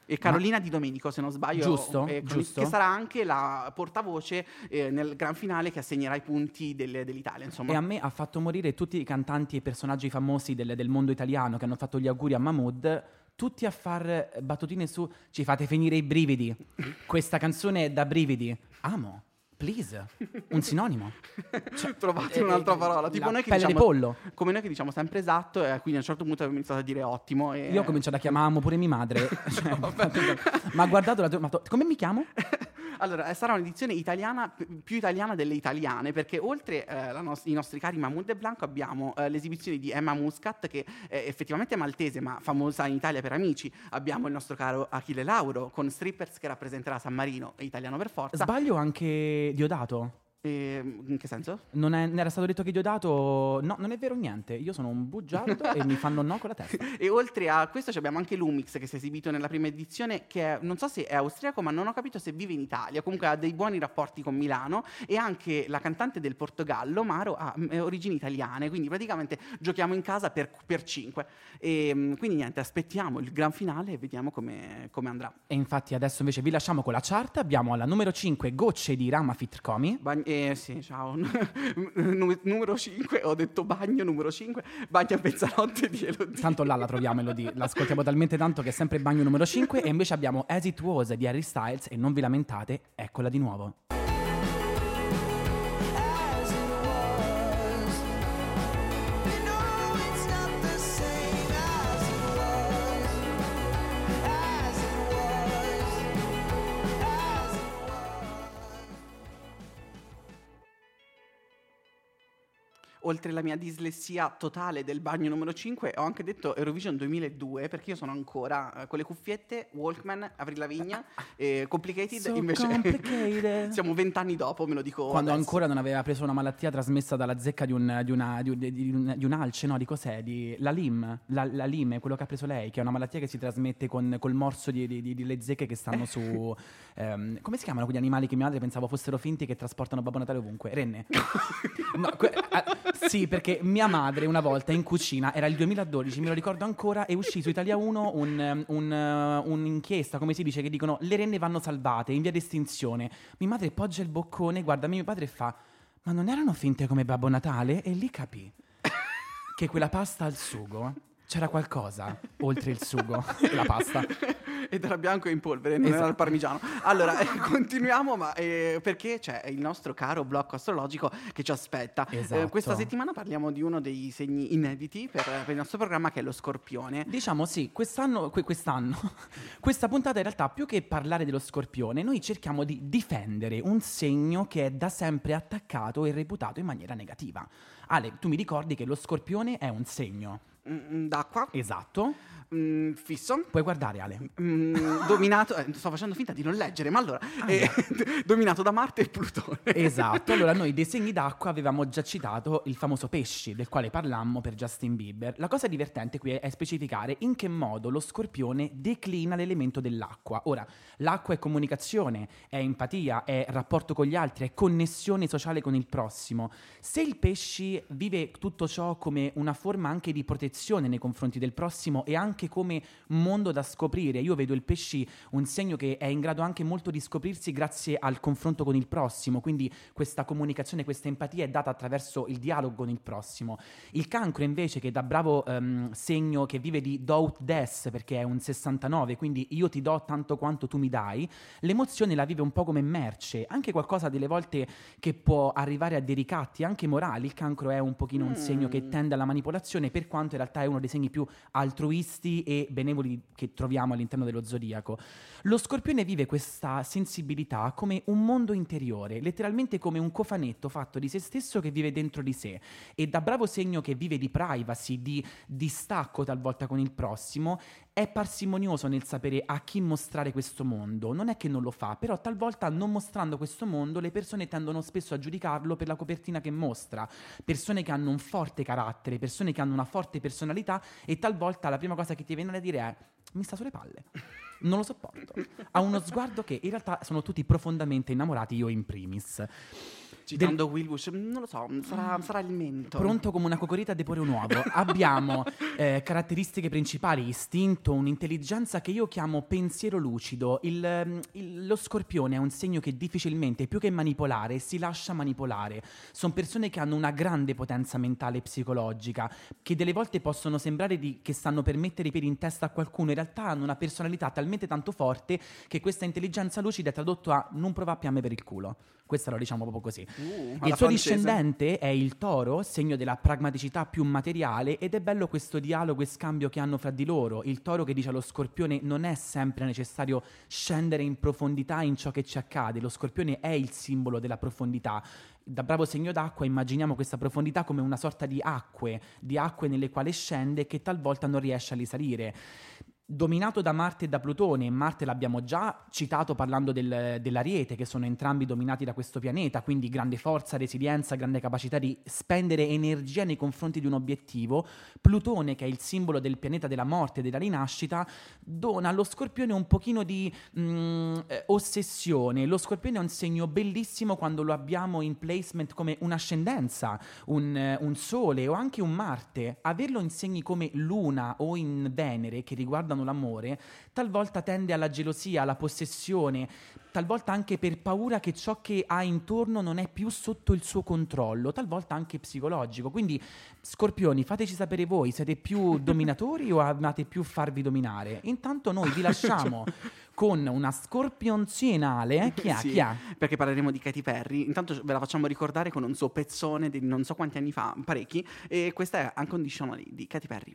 E Carolina Di Domenico, se non sbaglio, Giusto, eh, giusto. che sarà anche la portavoce eh, nel gran finale che assegnerà i punti del- dell'Italia, insomma. E a me ha fatto morire tutti i cantanti e personaggi famosi del, del mondo italiano che hanno fatto gli auguri a Mahmood, tutti a far battutine su ci fate finire i brividi. Questa canzone è da brividi. Amo. Please, un sinonimo. Cioè, Trovate eh, un'altra eh, parola, tipo la noi che pelle di diciamo, pollo. come noi che diciamo sempre esatto, e quindi a un certo punto abbiamo iniziato a dire ottimo. E... Io ho cominciato a chiamare amo pure mia madre. Cioè, ma ha guardato la tua... ma to- come mi chiamo? Allora, eh, sarà un'edizione italiana, p- più italiana delle italiane, perché oltre eh, la nos- i nostri cari Mahmood e Blanco abbiamo eh, l'esibizione di Emma Muscat, che è effettivamente maltese, ma famosa in Italia per Amici. Abbiamo il nostro caro Achille Lauro, con Strippers, che rappresenterà San Marino, italiano per forza. Sbaglio anche Diodato? E, in che senso? Non, è, non era stato detto che Diodato... No, non è vero niente. Io sono un bugiardo e mi fanno no con la testa. E oltre a questo ci abbiamo anche Lumix, che si è esibito nella prima edizione, che è- non so se è austriaco, ma non ho capito se vive in Italia. Comunque ha dei buoni rapporti con Milano, e anche la cantante del Portogallo, Maro, ha mm, eh, origini italiane, quindi praticamente giochiamo in casa per, per cinque. E, mm, quindi niente, aspettiamo il gran finale e vediamo come, come andrà. E infatti adesso invece vi lasciamo con la chart. Abbiamo alla numero cinque Gocce di Rama Fitcomi. Bagn- eh, sì, ciao. Nu- numero cinque, ho detto bagno, numero cinque, bagno a mezzanotte di Elodie. Tanto là la troviamo Elodie, l'ascoltiamo talmente tanto che è sempre bagno numero cinque. E invece abbiamo As It Was di Harry Styles e non vi lamentate, eccola di nuovo. As it was, you know it's not the same as it was, as it was, as it Oltre la mia dislessia totale del bagno numero cinque, ho anche detto Eurovision duemiladue, perché io sono ancora eh, con le cuffiette, Walkman, Avril Lavigne, e Complicated, So invece complicated. siamo vent'anni dopo, me lo dico Quando adesso. ancora non aveva preso una malattia trasmessa dalla zecca di, un, di, una, di, un- di un- di un'alce, no? Di cos'è? Di, la Lim. La, la Lim è quello che ha preso lei, che è una malattia che si trasmette con, col morso di, di, di- delle zecche che stanno su... ehm, come si chiamano quegli animali che mia madre pensavo fossero finti, che trasportano Babbo Natale ovunque? Renne. No, que- ah, sì, perché mia madre una volta in cucina, era il duemiladodici, me lo ricordo ancora, è uscito su Italia uno un, um, un, uh, un'inchiesta, come si dice, che dicono le renne vanno salvate, in via d'estinzione. Mia madre poggia il boccone, guarda mio padre e fa: ma non erano finte come Babbo Natale? E lì capì che quella pasta al sugo c'era qualcosa oltre il sugo e la pasta. Ed era bianco e in polvere, non Esatto. era il parmigiano. Allora, eh, continuiamo, ma eh, perché c'è il nostro caro blocco astrologico che ci aspetta. Esatto. questa settimana parliamo di uno dei segni inediti per, per il nostro programma, che è lo Scorpione. Diciamo sì, quest'anno, que- quest'anno, questa puntata in realtà, più che parlare dello Scorpione, noi cerchiamo di difendere un segno che è da sempre attaccato e reputato in maniera negativa. Ale, tu mi ricordi che lo Scorpione è un segno. Mm, d'acqua, Esatto. mm, fisso. Puoi guardare, Ale. Mm, dominato, eh, sto facendo finta di non leggere, ma allora, eh, dominato da Marte e Plutone. Esatto, allora noi dei segni d'acqua avevamo già citato il famoso pesci, del quale parlammo per Justin Bieber. La cosa divertente qui è, è specificare in che modo lo Scorpione declina l'elemento dell'acqua. Ora, l'acqua è comunicazione, è empatia, è rapporto con gli altri, è connessione sociale con il prossimo. Se il pesci vive tutto ciò come una forma anche di protezione nei confronti del prossimo e anche come mondo da scoprire, io vedo il pesci un segno che è in grado anche molto di scoprirsi grazie al confronto con il prossimo, quindi questa comunicazione, questa empatia è data attraverso il dialogo con il prossimo. Il cancro invece, che da bravo ehm, segno che vive di do ut des, perché è un sessantanove, quindi io ti do tanto quanto tu mi dai, l'emozione la vive un po' come merce, anche qualcosa delle volte che può arrivare a dei ricatti anche morali. Il cancro è un pochino un segno che tende alla manipolazione, per quanto in realtà è uno dei segni più altruisti e benevoli che troviamo all'interno dello zodiaco. Lo Scorpione vive questa sensibilità come un mondo interiore, letteralmente come un cofanetto fatto di se stesso che vive dentro di sé, e da bravo segno che vive di privacy, di distacco talvolta con il prossimo, è parsimonioso nel sapere a chi mostrare questo mondo. Non è che non lo fa, però talvolta non mostrando questo mondo le persone tendono spesso a giudicarlo per la copertina che mostra. Persone che hanno un forte carattere, persone che hanno una forte personalità, e talvolta la prima cosa che ti viene da dire è: mi sta sulle palle. Non lo sopporto. Ha uno sguardo che in realtà sono tutti profondamente innamorati, io in primis. Citando Will Bush, non lo so, sarà, sarà il mento. Pronto come una cocorita a deporre un uovo. Abbiamo eh, caratteristiche principali: istinto, un'intelligenza che io chiamo pensiero lucido. Il, il- lo scorpione è un segno che difficilmente, più che manipolare, si lascia manipolare. Sono persone che hanno una grande potenza mentale e psicologica, che delle volte possono sembrare di- che stanno per mettere i piedi in testa a qualcuno, in realtà hanno una personalità talmente tanto forte che questa intelligenza lucida è tradotto a non provare piamme per il culo. Questa lo diciamo proprio così. Uh, alla Il suo francese. discendente è il toro, segno della pragmaticità più materiale, ed è bello questo dialogo e scambio che hanno fra di loro. Il toro che dice allo scorpione: non è sempre necessario scendere in profondità in ciò che ci accade, lo scorpione è il simbolo della profondità. Da bravo segno d'acqua immaginiamo questa profondità come una sorta di acque, di acque nelle quali scende e che talvolta non riesce a risalire. Dominato da Marte e da Plutone. Marte l'abbiamo già citato parlando del- dell'Ariete, che sono entrambi dominati da questo pianeta, quindi grande forza, resilienza, grande capacità di spendere energia nei confronti di un obiettivo. Plutone, che è il simbolo del pianeta della morte e della rinascita, dona allo Scorpione un pochino di mm, eh, ossessione. Lo Scorpione è un segno bellissimo quando lo abbiamo in placement come un'ascendenza, un, eh, un Sole o anche un Marte. Averlo in segni come Luna o in Venere, che riguardano l'amore, talvolta tende alla gelosia, alla possessione, talvolta anche per paura che ciò che ha intorno non è più sotto il suo controllo, talvolta anche psicologico. Quindi, Scorpioni, fateci sapere voi, siete più dominatori o amate più farvi dominare? Intanto noi vi lasciamo con una scorpionzinale. Chi ha? Sì, Chi ha? perché parleremo di Katy Perry. Intanto ve la facciamo ricordare con un suo pezzone di non so quanti anni fa, parecchi, e questa è Unconditionally di Katy Perry.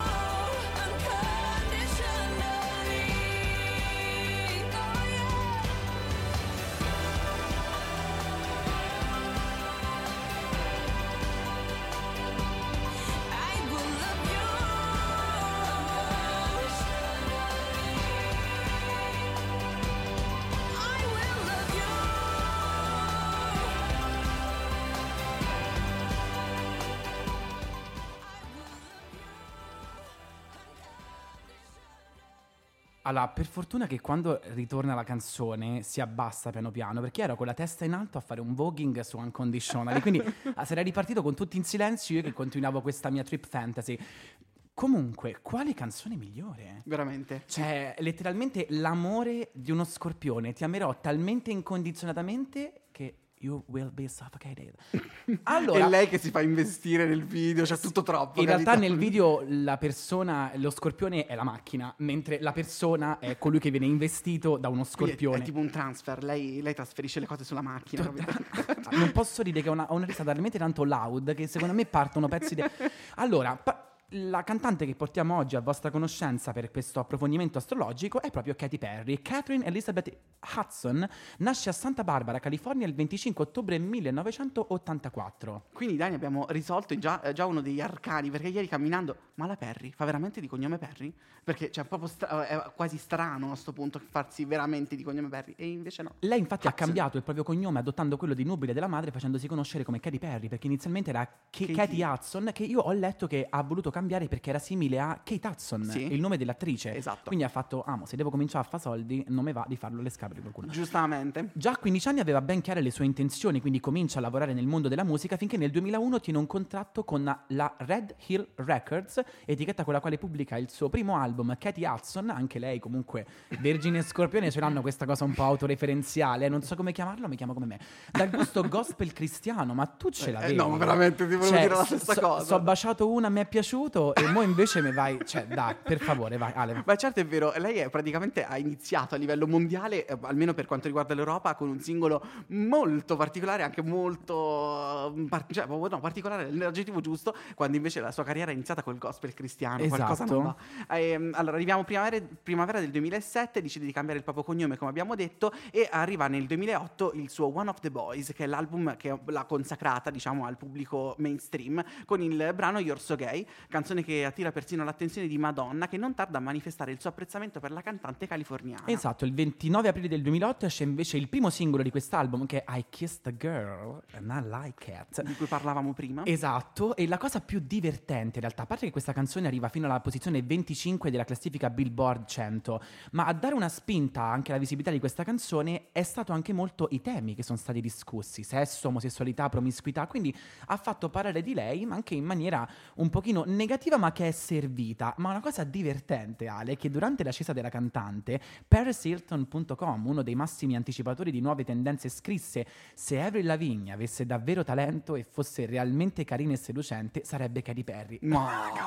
Allora, per fortuna che quando ritorna la canzone si abbassa piano piano, perché ero con la testa in alto a fare un voguing su Unconditional, quindi ah, sarei ripartito con tutti in silenzio io che continuavo questa mia trip fantasy. Comunque, quale canzone migliore? Veramente. Cioè, letteralmente l'amore di uno scorpione. Ti amerò talmente incondizionatamente che you will be suffocated. Allora, E lei che si fa investire nel video, c'è tutto troppo. in realtà capito? nel video la persona, lo scorpione è la macchina, mentre la persona è colui che viene investito da uno Quindi è- scorpione. È, tipo un transfer, lei, lei trasferisce le cose sulla macchina. capito? Non posso dire che ho una, ho una risa talmente tanto loud che secondo me partono pezzi di... Allora, pa- la cantante che portiamo oggi a vostra conoscenza per questo approfondimento astrologico è proprio Katy Perry. Catherine Elizabeth Hudson nasce a Santa Barbara, California, il venticinque ottobre millenovecentottantaquattro. Quindi Dani abbiamo risolto già, eh, già uno degli arcani, perché ieri camminando, ma la Perry fa veramente di cognome Perry? Perché c'è proprio stra- è quasi strano a questo punto farsi veramente di cognome Perry, e invece no. Lei infatti ha Hudson. cambiato il proprio cognome adottando quello di nubile della madre, facendosi conoscere come Katy Perry, perché inizialmente era K- Katy. Katy Hudson, che io ho letto che ha voluto cambiare perché era simile a Kate Hudson, Sì. il nome dell'attrice. Esatto. Quindi ha fatto, amo, se devo cominciare a fare soldi, non mi va di farlo alle scarpe di qualcuno. Giustamente. Già a quindici anni aveva ben chiare le sue intenzioni, quindi comincia a lavorare nel mondo della musica finché nel duemilauno tiene un contratto con la Red Hill Records, etichetta con la quale pubblica il suo primo album, Katy Hudson. Anche lei comunque, Vergine e Scorpione ce l'hanno questa cosa un po' autoreferenziale, non so come chiamarlo, mi chiamo come me. Dal gusto gospel cristiano, ma tu ce Eh, l'avevi. no, ma veramente ti volevo Cioè, dire la stessa so- cosa. So baciato una, mi è piaciuto, e mo invece mi vai... Cioè, dai, per favore, vai, Ale. Ma certo è vero, lei è praticamente ha iniziato a livello mondiale, eh, almeno per quanto riguarda l'Europa, con un singolo molto particolare, anche molto eh, par- cioè, no, particolare, è l'aggettivo giusto, quando invece la sua carriera è iniziata col gospel cristiano, qualcosa Esatto. non va. Ehm, allora arriviamo primavera, primavera del duemilasette, decide di cambiare il proprio cognome come abbiamo detto, e arriva nel duemilaotto il suo One of the Boys, che è l'album che l'ha consacrata, diciamo, al pubblico mainstream, con il brano You're So Gay, cantato canzone che attira persino l'attenzione di Madonna, che non tarda a manifestare il suo apprezzamento per la cantante californiana. Esatto, il ventinove aprile del duemilaotto esce invece il primo singolo di quest'album, che è I Kissed a Girl and I Like It. Di cui parlavamo prima. Esatto, e la cosa più divertente in realtà, a parte che questa canzone arriva fino alla posizione venticinque della classifica Billboard cento, ma a dare una spinta anche alla visibilità di questa canzone è stato anche molto i temi che sono stati discussi: sesso, omosessualità, promiscuità, quindi ha fatto parlare di lei, ma anche in maniera un pochino negativa, ma che è servita. Ma una cosa divertente, Ale, è che durante l'ascesa della cantante, Paris Hilton punto com, uno dei massimi anticipatori di nuove tendenze, scrisse: se Avril Lavigne avesse davvero talento e fosse realmente carina e seducente, sarebbe Katy Perry. No.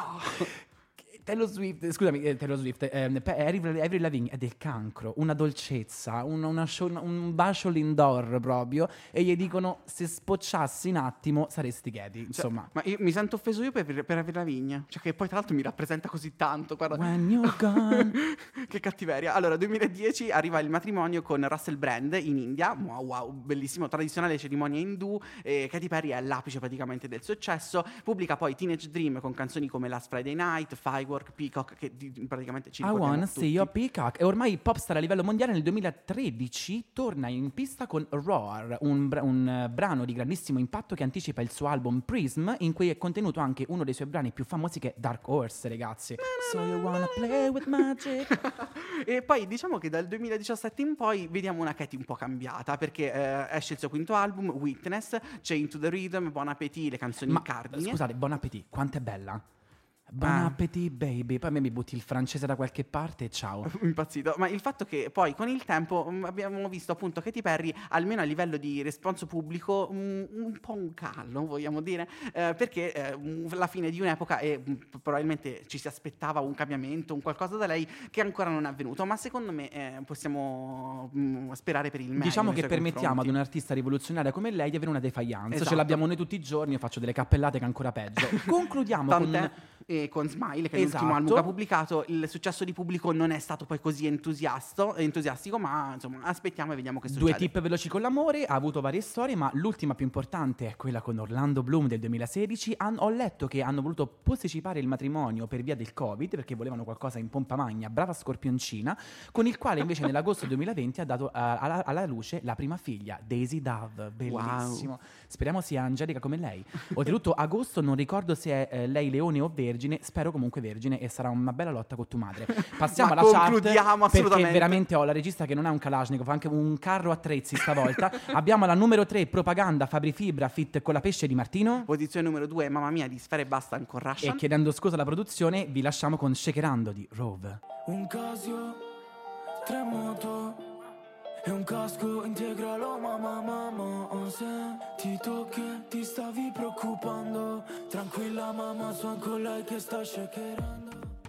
Taylor Swift, scusami, eh, Taylor Swift, ehm, pe- Avril Avril Lavigne è del cancro, una dolcezza, un, una show- un bacio l'indoor proprio, e gli dicono: se spocciassi un attimo saresti Katy, insomma. Ma io mi sento offeso io per, per Avril Lavigne, cioè che poi tra l'altro mi rappresenta così tanto, guarda. When you're gone. Che cattiveria. Allora, duemiladieci arriva il matrimonio con Russell Brand in India. Wow, wow, bellissimo, tradizionale cerimonia indù. eh, Katy Perry è all'apice praticamente del successo. Pubblica poi Teenage Dream con canzoni come Last Friday Night, Firework, Peacock, che di, praticamente ci I ricordiamo wanna tutti. see your peacock. E ormai popstar a livello mondiale, nel duemilatredici torna in pista con Roar, un, bra- un eh, brano di grandissimo impatto che anticipa il suo album Prism, in cui è contenuto anche uno dei suoi brani più famosi, che è Dark Horse, ragazzi. So you wanna play with magic. E poi diciamo che dal duemiladiciassette in poi vediamo una Katy un po' cambiata, perché eh, esce il suo quinto album, Witness, Chain to the Rhythm, Bon Appetit, le canzoni Ma in cardine. scusate, Bon Appetit, quanto è bella. Bon Ah. appetit, baby. Poi a me mi butti il francese da qualche parte e ciao. Impazzito. Ma il fatto che poi con il tempo mh, abbiamo visto appunto Katy Perry, almeno a livello di responso pubblico, mh, un po' un callo, vogliamo dire, eh, perché eh, mh, la fine di un'epoca, e mh, probabilmente ci si aspettava un cambiamento, un qualcosa da lei che ancora non è avvenuto, ma secondo me eh, possiamo mh, sperare per il meglio. Diciamo nei che suoi permettiamo ad confronti. un'artista rivoluzionaria come lei di avere una defiance. Esatto. Ce l'abbiamo noi tutti i giorni, io faccio delle cappellate che è ancora peggio. Concludiamo Tant'è, con... e con Smile, che è Esatto. l'ultimo album che ha pubblicato. Il successo di pubblico non è stato poi così entusiasto, entusiastico, ma insomma aspettiamo e vediamo che succede. Due tip veloci con l'amore, ha avuto varie storie, ma l'ultima più importante è quella con Orlando Bloom del duemilasedici. Han- ho letto che hanno voluto posticipare il matrimonio per via del Covid, perché volevano qualcosa in pompa magna, brava scorpioncina, con il quale invece nell'agosto duemilaventi ha dato eh, alla, alla luce la prima figlia, Daisy Dove, bellissimo. Speriamo sia angelica come lei. Oltretutto agosto, non ricordo se è eh, lei leone o vergine, spero comunque vergine, e sarà una bella lotta con tua madre. Passiamo Ma alla chat, concludiamo perché assolutamente. veramente ho la regista che non ha un Kalashnikov, anche un carro attrezzi stavolta. Abbiamo la numero tre, propaganda Fabri Fibra fit con la pesce di Martino. Posizione numero due, Mamma Mia di Sfera Ebbasta con Russian. E chiedendo scusa alla produzione, vi lasciamo con Shakerando di Rove. Un Casio, tre moto e un casco integralo, mamma, mamma. Oh, se ti tocchi, ti stavi preoccupando. Tranquilla mamma, sono con lei che sta shakerando.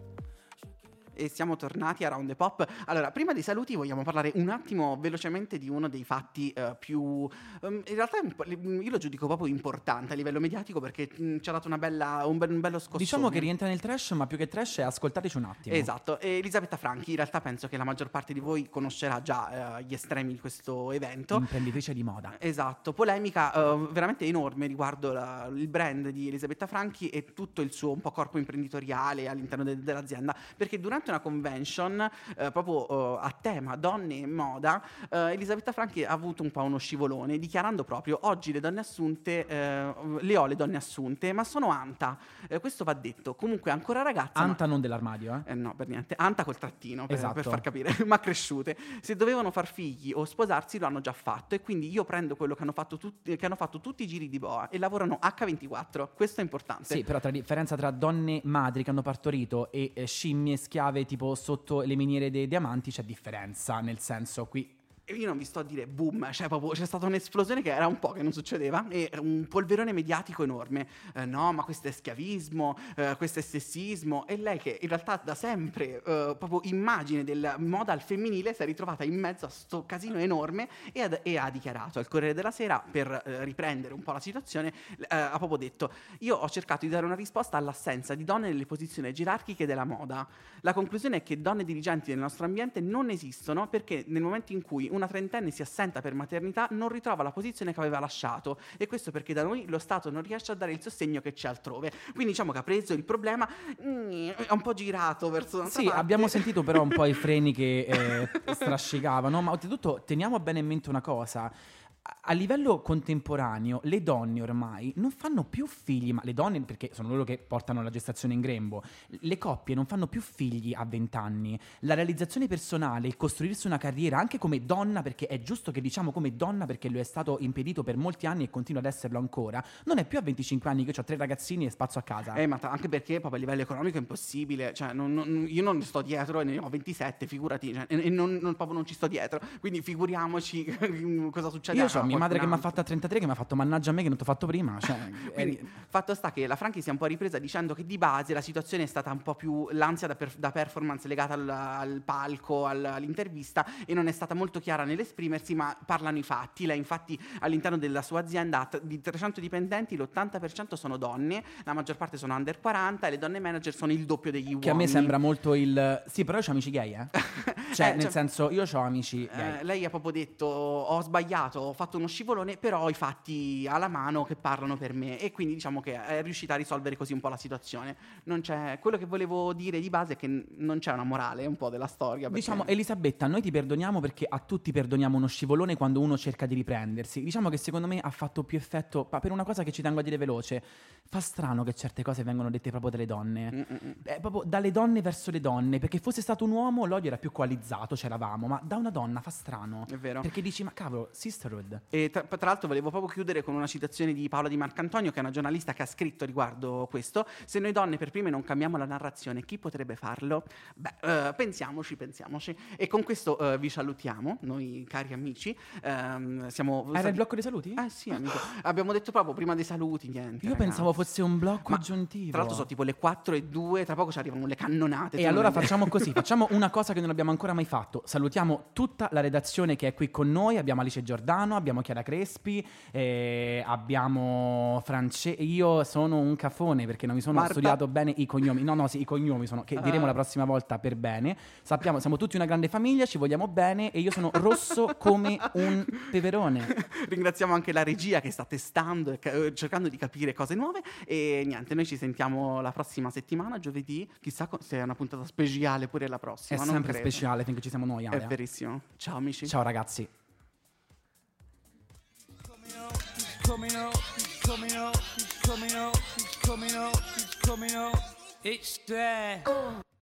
E siamo tornati a Round the Pop. Allora, prima dei saluti vogliamo parlare un attimo velocemente di uno dei fatti eh, più um, in realtà è un po'- io lo giudico proprio importante a livello mediatico, perché mh, ci ha dato una bella, un, be- un bello scossone. Diciamo che rientra nel trash, ma più che trash è ascoltateci un attimo. Esatto, e Elisabetta Franchi, in realtà penso che la maggior parte di voi conoscerà già eh, gli estremi di questo evento. Imprenditrice di moda. Esatto, polemica eh, veramente enorme riguardo la- il brand di Elisabetta Franchi e tutto il suo un po' corpo imprenditoriale all'interno de- dell'azienda, perché durante una convention eh, proprio eh, a tema donne e moda, eh, Elisabetta Franchi ha avuto un po' uno scivolone, dichiarando proprio: oggi le donne assunte, eh, le ho le donne assunte, ma sono Anta. Eh, questo va detto, comunque ancora ragazza. ma- Anta non dell'armadio, eh. eh no, per niente. Anta col trattino, per, Esatto. per far capire, ma cresciute. Se dovevano far figli o sposarsi lo hanno già fatto, e quindi io prendo quello che hanno fatto tutti, che hanno fatto tutti i giri di boa e lavorano acca ventiquattro. Questo è importante. Sì, però tra differenza tra donne madri che hanno partorito e eh, scimmie schiave tipo sotto le miniere dei diamanti c'è differenza, nel senso qui... E io non vi sto a dire boom, cioè proprio c'è stata un'esplosione che era un po' che non succedeva, e un polverone mediatico enorme. Eh, no, ma questo è schiavismo, eh, questo è sessismo. E lei, che in realtà da sempre eh, proprio immagine del moda al femminile, si è ritrovata in mezzo a sto casino enorme e, ad- e ha dichiarato al Corriere della Sera, per eh, riprendere un po' la situazione, eh, ha proprio detto: io ho cercato di dare una risposta all'assenza di donne nelle posizioni gerarchiche della moda. La conclusione è che donne dirigenti nel nostro ambiente non esistono, perché nel momento in cui una trentenne si assenta per maternità non ritrova la posizione che aveva lasciato, e questo perché da noi lo Stato non riesce a dare il sostegno che c'è altrove. Quindi diciamo che ha preso il problema, mm, è un po' girato verso un'altra Sì, parte. abbiamo sentito però un po' i freni che eh, strascicavano, ma oltretutto teniamo bene in mente una cosa. A- A livello contemporaneo, le donne ormai non fanno più figli, ma le donne perché sono loro che portano la gestazione in grembo, le coppie non fanno più figli a vent'anni. La realizzazione personale, il costruirsi una carriera anche come donna, perché è giusto che diciamo come donna perché lo è stato impedito per molti anni e continua ad esserlo ancora, non è più a venticinque anni che ho tre ragazzini e spazio a casa. Eh, ma t- anche perché proprio a livello economico è impossibile, cioè non- non- io non sto dietro e ne ho ventisette, figurati, cioè, e, e non, non- proprio non ci sto dietro, quindi figuriamoci cosa succede. Io a ho mia madre che mi ha qualcun fatto a trentatré, che mi ha fatto mannaggia a me che non ti ho fatto prima. Cioè, Quindi, eh, fatto sta che la Franchi si è un po' ripresa dicendo che di base la situazione è stata un po' più l'ansia da, per- da performance legata al, al palco, al- all'intervista, e non è stata molto chiara nell'esprimersi, ma parlano i fatti. Lei infatti all'interno della sua azienda ha t- di trecento dipendenti l'ottanta per cento sono donne, la maggior parte sono under quaranta e le donne manager sono il doppio degli uomini. che a me sembra molto il... Sì, però io ho amici gay, eh. Cioè, Eh, nel cioè- senso, io ho amici Eh, gay. lei ha proprio detto ho sbagliato, ho fatto uno scivolone, però ho i fatti alla mano che parlano per me, e quindi diciamo che è riuscita a risolvere così un po' la situazione. Non c'è, quello che volevo dire di base è che n- non c'è una morale un po' della storia, perché- Diciamo, Elisabetta, noi ti perdoniamo perché a tutti perdoniamo uno scivolone quando uno cerca di riprendersi. Diciamo che secondo me ha fatto più effetto, ma per una cosa che ci tengo a dire veloce, fa strano che certe cose vengono dette proprio dalle donne. Mm-mm. È proprio dalle donne verso le donne, perché fosse stato un uomo l'odio era più coalizzato, c'eravamo, ma da una donna fa strano. È vero. Perché dici, ma cavolo, sisterhood. E tra, tra l'altro volevo proprio chiudere con una citazione di Paola Di Marcantonio, che è una giornalista che ha scritto riguardo questo: se noi donne per prime non cambiamo la narrazione, chi potrebbe farlo? Beh, eh, pensiamoci, pensiamoci. E con questo eh, vi salutiamo, noi cari amici. Ehm, siamo Era stati- il blocco dei saluti? Eh sì, amico. Abbiamo detto proprio prima dei saluti, niente. Io ragazzi. pensavo fosse un blocco Ma, aggiuntivo. Tra l'altro sono tipo le quattro e due, tra poco ci arrivano le cannonate. E tu allora non- facciamo così, facciamo una cosa che non abbiamo ancora mai fatto. Salutiamo tutta la redazione che è qui con noi. Abbiamo Alice Giordano, abbiamo Chiara Crespi, eh, abbiamo France. Io sono un cafone perché non mi sono Marta. studiato bene i cognomi. No, no, sì, i cognomi sono, che diremo Ah. la prossima volta per bene. Sappiamo, siamo tutti una grande famiglia, ci vogliamo bene e io sono rosso come un peperone. Ringraziamo anche la regia che sta testando e ca- eh, cercando di capire cose nuove. E niente, noi ci sentiamo la prossima settimana, giovedì. Chissà co- se è una puntata speciale pure la È prossima. non sempre credo. speciale finché ci siamo noi, È Ale. verissimo. Ciao amici. Ciao ragazzi. coming up, he's coming up, he's coming up, he's coming up, he's coming up. It's there.